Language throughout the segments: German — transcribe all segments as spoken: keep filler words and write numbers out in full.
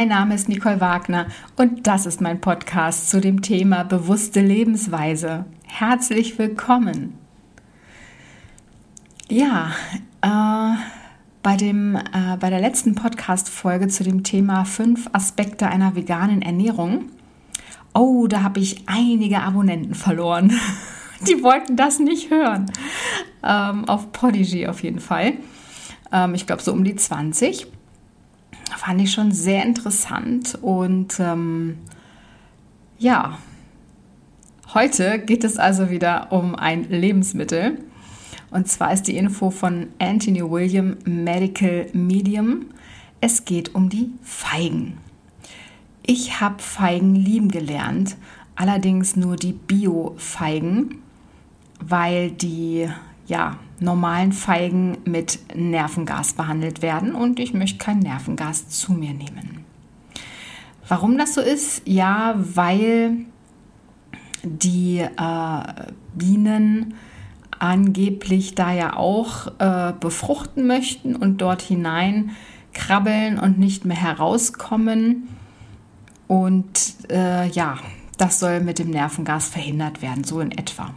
Mein Name ist Nicole Wagner und das ist mein Podcast zu dem Thema bewusste Lebensweise. Herzlich willkommen. Ja, äh, bei, dem, äh, bei der letzten Podcast-Folge zu dem Thema fünf Aspekte einer veganen Ernährung, oh, da habe ich einige Abonnenten verloren. Die wollten das nicht hören. Ähm, auf Podigy auf jeden Fall. Ähm, ich glaube so um die zwanzig. Fand ich schon sehr interessant und ähm, ja, heute geht es also wieder um ein Lebensmittel und zwar ist die Info von Anthony William Medical Medium. Es geht um die Feigen. Ich habe Feigen lieben gelernt, allerdings nur die Bio-Feigen, weil die ja, normalen Feigen mit Nervengas behandelt werden und ich möchte kein Nervengas zu mir nehmen. Warum das so ist? Ja, weil die äh, Bienen angeblich da ja auch äh, befruchten möchten und dort hinein krabbeln und nicht mehr herauskommen. Und äh, ja, das soll mit dem Nervengas verhindert werden, so in etwa.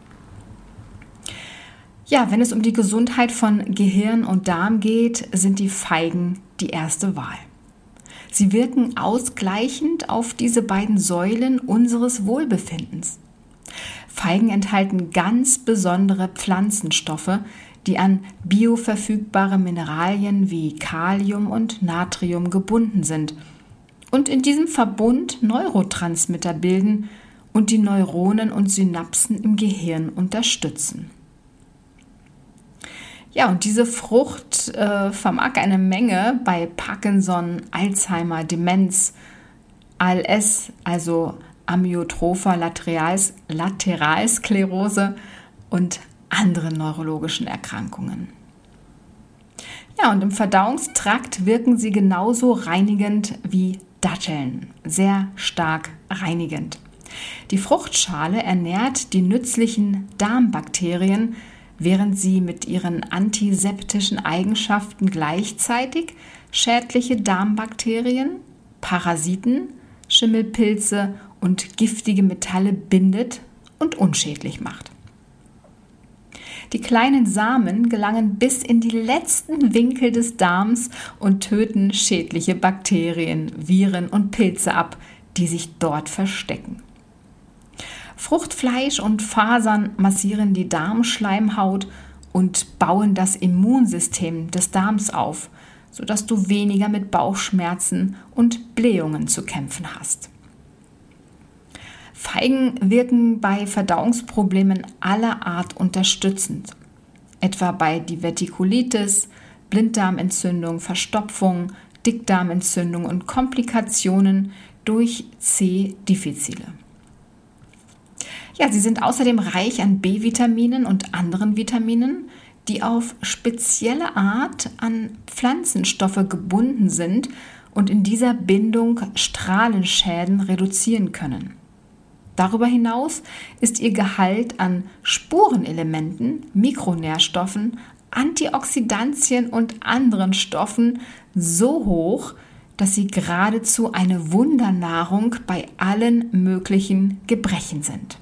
Ja, wenn es um die Gesundheit von Gehirn und Darm geht, sind die Feigen die erste Wahl. Sie wirken ausgleichend auf diese beiden Säulen unseres Wohlbefindens. Feigen enthalten ganz besondere Pflanzenstoffe, die an bioverfügbare Mineralien wie Kalium und Natrium gebunden sind und in diesem Verbund Neurotransmitter bilden und die Neuronen und Synapsen im Gehirn unterstützen. Ja, und diese Frucht äh, vermag eine Menge bei Parkinson, Alzheimer, Demenz, A L S, also Amyotropher Laterals, Lateralsklerose und anderen neurologischen Erkrankungen. Ja, und im Verdauungstrakt wirken sie genauso reinigend wie Datteln, sehr stark reinigend. Die Fruchtschale ernährt die nützlichen Darmbakterien, während sie mit ihren antiseptischen Eigenschaften gleichzeitig schädliche Darmbakterien, Parasiten, Schimmelpilze und giftige Metalle bindet und unschädlich macht. Die kleinen Samen gelangen bis in die letzten Winkel des Darms und töten schädliche Bakterien, Viren und Pilze ab, die sich dort verstecken. Fruchtfleisch und Fasern massieren die Darmschleimhaut und bauen das Immunsystem des Darms auf, sodass du weniger mit Bauchschmerzen und Blähungen zu kämpfen hast. Feigen wirken bei Verdauungsproblemen aller Art unterstützend, etwa bei Divertikulitis, Blinddarmentzündung, Verstopfung, Dickdarmentzündung und Komplikationen durch C. difficile. Ja, sie sind außerdem reich an B-Vitaminen und anderen Vitaminen, die auf spezielle Art an Pflanzenstoffe gebunden sind und in dieser Bindung Strahlenschäden reduzieren können. Darüber hinaus ist ihr Gehalt an Spurenelementen, Mikronährstoffen, Antioxidantien und anderen Stoffen so hoch, dass sie geradezu eine Wundernahrung bei allen möglichen Gebrechen sind.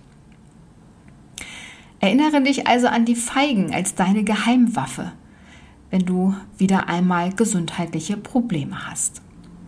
Erinnere dich also an die Feigen als deine Geheimwaffe, wenn du wieder einmal gesundheitliche Probleme hast.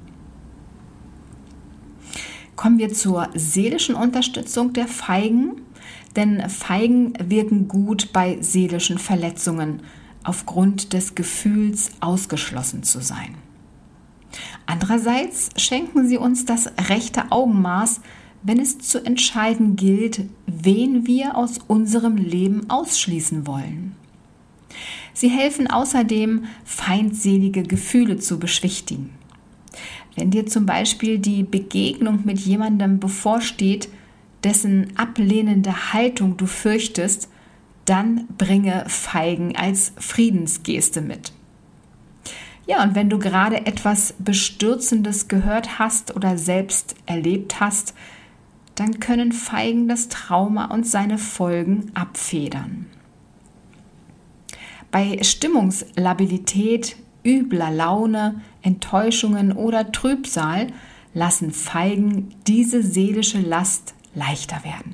Kommen wir zur seelischen Unterstützung der Feigen, denn Feigen wirken gut bei seelischen Verletzungen aufgrund des Gefühls, ausgeschlossen zu sein. Andererseits schenken sie uns das rechte Augenmaß, wenn es zu entscheiden gilt, wen wir aus unserem Leben ausschließen wollen. Sie helfen außerdem, feindselige Gefühle zu beschwichtigen. Wenn dir zum Beispiel die Begegnung mit jemandem bevorsteht, dessen ablehnende Haltung du fürchtest, dann bringe Feigen als Friedensgeste mit. Ja, und wenn du gerade etwas Bestürzendes gehört hast oder selbst erlebt hast, dann können Feigen das Trauma und seine Folgen abfedern. Bei Stimmungslabilität, übler Laune, Enttäuschungen oder Trübsal lassen Feigen diese seelische Last leichter werden.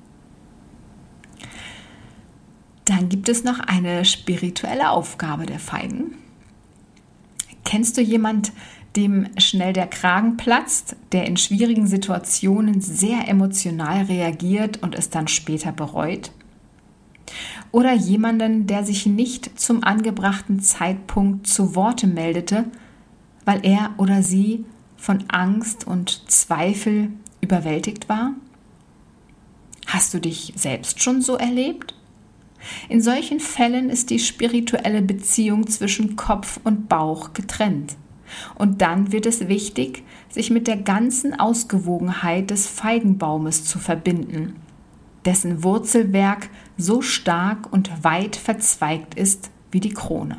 Dann gibt es noch eine spirituelle Aufgabe der Feigen. Kennst du jemanden, dem schnell der Kragen platzt, der in schwierigen Situationen sehr emotional reagiert und es dann später bereut? Oder jemanden, der sich nicht zum angebrachten Zeitpunkt zu Worte meldete, weil er oder sie von Angst und Zweifel überwältigt war? Hast du dich selbst schon so erlebt? In solchen Fällen ist die spirituelle Beziehung zwischen Kopf und Bauch getrennt. Und dann wird es wichtig, sich mit der ganzen Ausgewogenheit des Feigenbaumes zu verbinden, dessen Wurzelwerk so stark und weit verzweigt ist wie die Krone.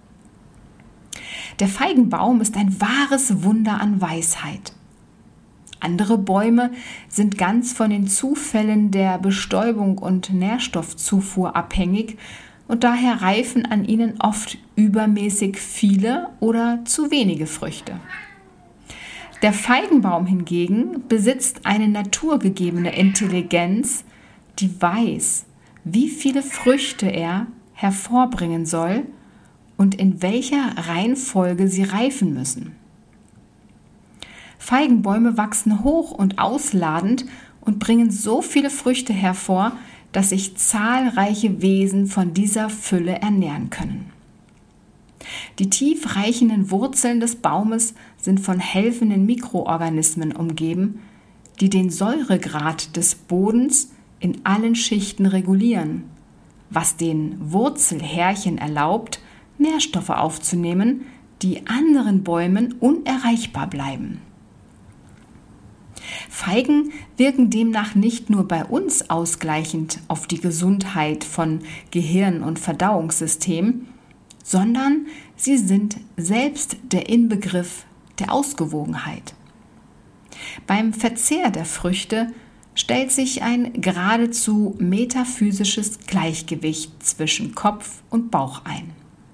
Der Feigenbaum ist ein wahres Wunder an Weisheit. Andere Bäume sind ganz von den Zufällen der Bestäubung und Nährstoffzufuhr abhängig und daher reifen an ihnen oft übermäßig viele oder zu wenige Früchte. Der Feigenbaum hingegen besitzt eine naturgegebene Intelligenz, die weiß, wie viele Früchte er hervorbringen soll und in welcher Reihenfolge sie reifen müssen. Feigenbäume wachsen hoch und ausladend und bringen so viele Früchte hervor, dass sich zahlreiche Wesen von dieser Fülle ernähren können. Die tiefreichenden Wurzeln des Baumes sind von helfenden Mikroorganismen umgeben, die den Säuregrad des Bodens in allen Schichten regulieren, was den Wurzelhärchen erlaubt, Nährstoffe aufzunehmen, die anderen Bäumen unerreichbar bleiben. Feigen wirken demnach nicht nur bei uns ausgleichend auf die Gesundheit von Gehirn und Verdauungssystem, sondern sie sind selbst der Inbegriff der Ausgewogenheit. Beim Verzehr der Früchte stellt sich ein geradezu metaphysisches Gleichgewicht zwischen Kopf und Bauch ein.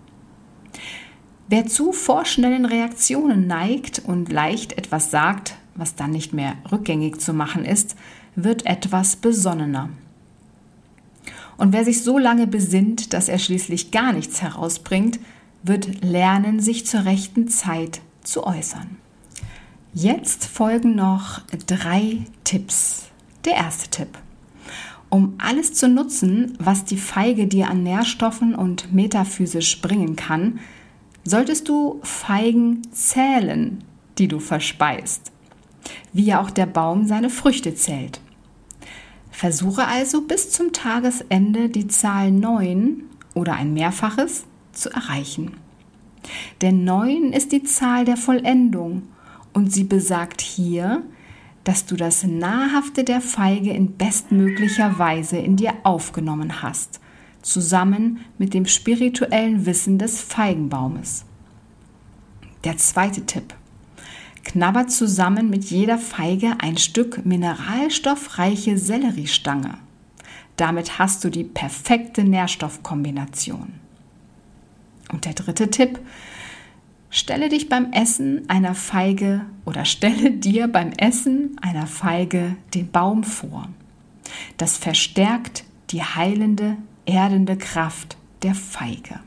Wer zu vorschnellen Reaktionen neigt und leicht etwas sagt, was dann nicht mehr rückgängig zu machen ist, wird etwas besonnener. Und wer sich so lange besinnt, dass er schließlich gar nichts herausbringt, wird lernen, sich zur rechten Zeit zu äußern. Jetzt folgen noch drei Tipps. Der erste Tipp. Um alles zu nutzen, was die Feige dir an Nährstoffen und metaphysisch bringen kann, solltest du Feigen zählen, die du verspeist, wie ja auch der Baum seine Früchte zählt. Versuche also bis zum Tagesende die Zahl neun oder ein Mehrfaches zu erreichen. Denn neun ist die Zahl der Vollendung und sie besagt hier, dass du das Nahrhafte der Feige in bestmöglicher Weise in dir aufgenommen hast, zusammen mit dem spirituellen Wissen des Feigenbaumes. Der zweite Tipp. Knabber zusammen mit jeder Feige ein Stück mineralstoffreiche Selleriestange. Damit hast du die perfekte Nährstoffkombination. Und der dritte Tipp. Stelle dich beim Essen einer Feige oder stelle dir beim Essen einer Feige den Baum vor. Das verstärkt die heilende, erdende Kraft der Feige.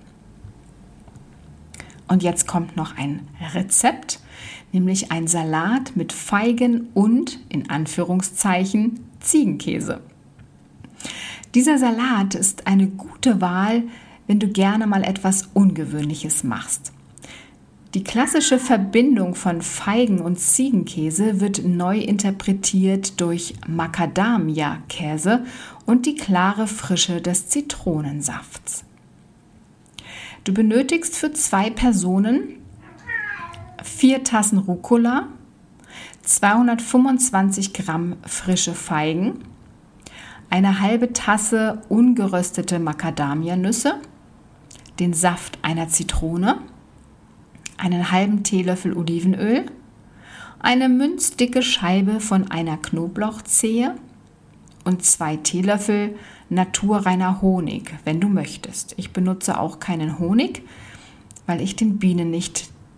Und jetzt kommt noch ein Rezept, nämlich ein Salat mit Feigen und, in Anführungszeichen, Ziegenkäse. Dieser Salat ist eine gute Wahl, wenn du gerne mal etwas Ungewöhnliches machst. Die klassische Verbindung von Feigen und Ziegenkäse wird neu interpretiert durch Macadamia-Käse und die klare Frische des Zitronensafts. Du benötigst für zwei Personen vier Tassen Rucola, zweihundertfünfundzwanzig Gramm frische Feigen, eine halbe Tasse ungeröstete Macadamianüsse, den Saft einer Zitrone, einen halben Teelöffel Olivenöl, eine münzdicke Scheibe von einer Knoblauchzehe und zwei Teelöffel naturreiner Honig, wenn du möchtest. Ich benutze auch keinen Honig, weil ich den Bienen nicht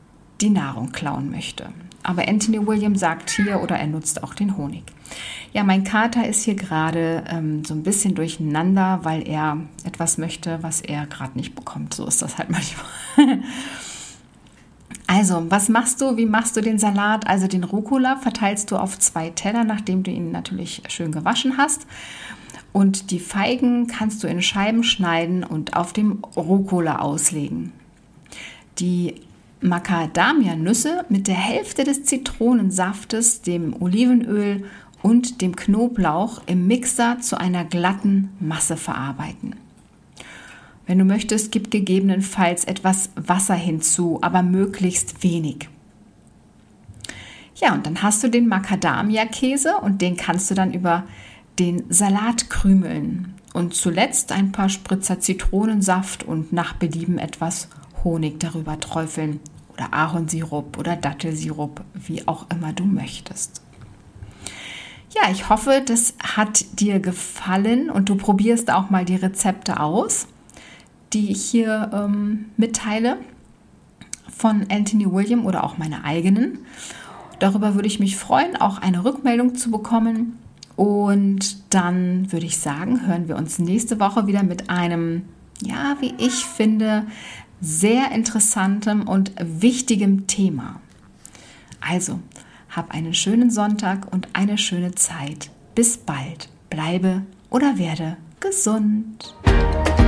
die Nahrung klauen möchte. Aber Anthony William sagt hier, oder er nutzt auch den Honig. Ja, mein Kater ist hier gerade ähm, so ein bisschen durcheinander, weil er etwas möchte, was er gerade nicht bekommt. So ist das halt manchmal. Also, was machst du? Wie machst du den Salat? Also den Rucola verteilst du auf zwei Teller, nachdem du ihn natürlich schön gewaschen hast. Und die Feigen kannst du in Scheiben schneiden und auf dem Rucola auslegen. Die Macadamia-Nüsse mit der Hälfte des Zitronensaftes, dem Olivenöl und dem Knoblauch im Mixer zu einer glatten Masse verarbeiten. Wenn du möchtest, gib gegebenenfalls etwas Wasser hinzu, aber möglichst wenig. Ja, und dann hast du den Macadamia-Käse und den kannst du dann über den Salat krümeln. Und zuletzt ein paar Spritzer Zitronensaft und nach Belieben etwas Honig darüber träufeln oder Ahornsirup oder Dattelsirup, wie auch immer du möchtest. Ja, ich hoffe, das hat dir gefallen und du probierst auch mal die Rezepte aus, die ich hier ähm, mitteile von Anthony William oder auch meine eigenen. Darüber würde ich mich freuen, auch eine Rückmeldung zu bekommen. Und dann würde ich sagen, hören wir uns nächste Woche wieder mit einem, ja, wie ich finde, sehr interessantem und wichtigem Thema. Also, hab einen schönen Sonntag und eine schöne Zeit. Bis bald. Bleibe oder werde gesund.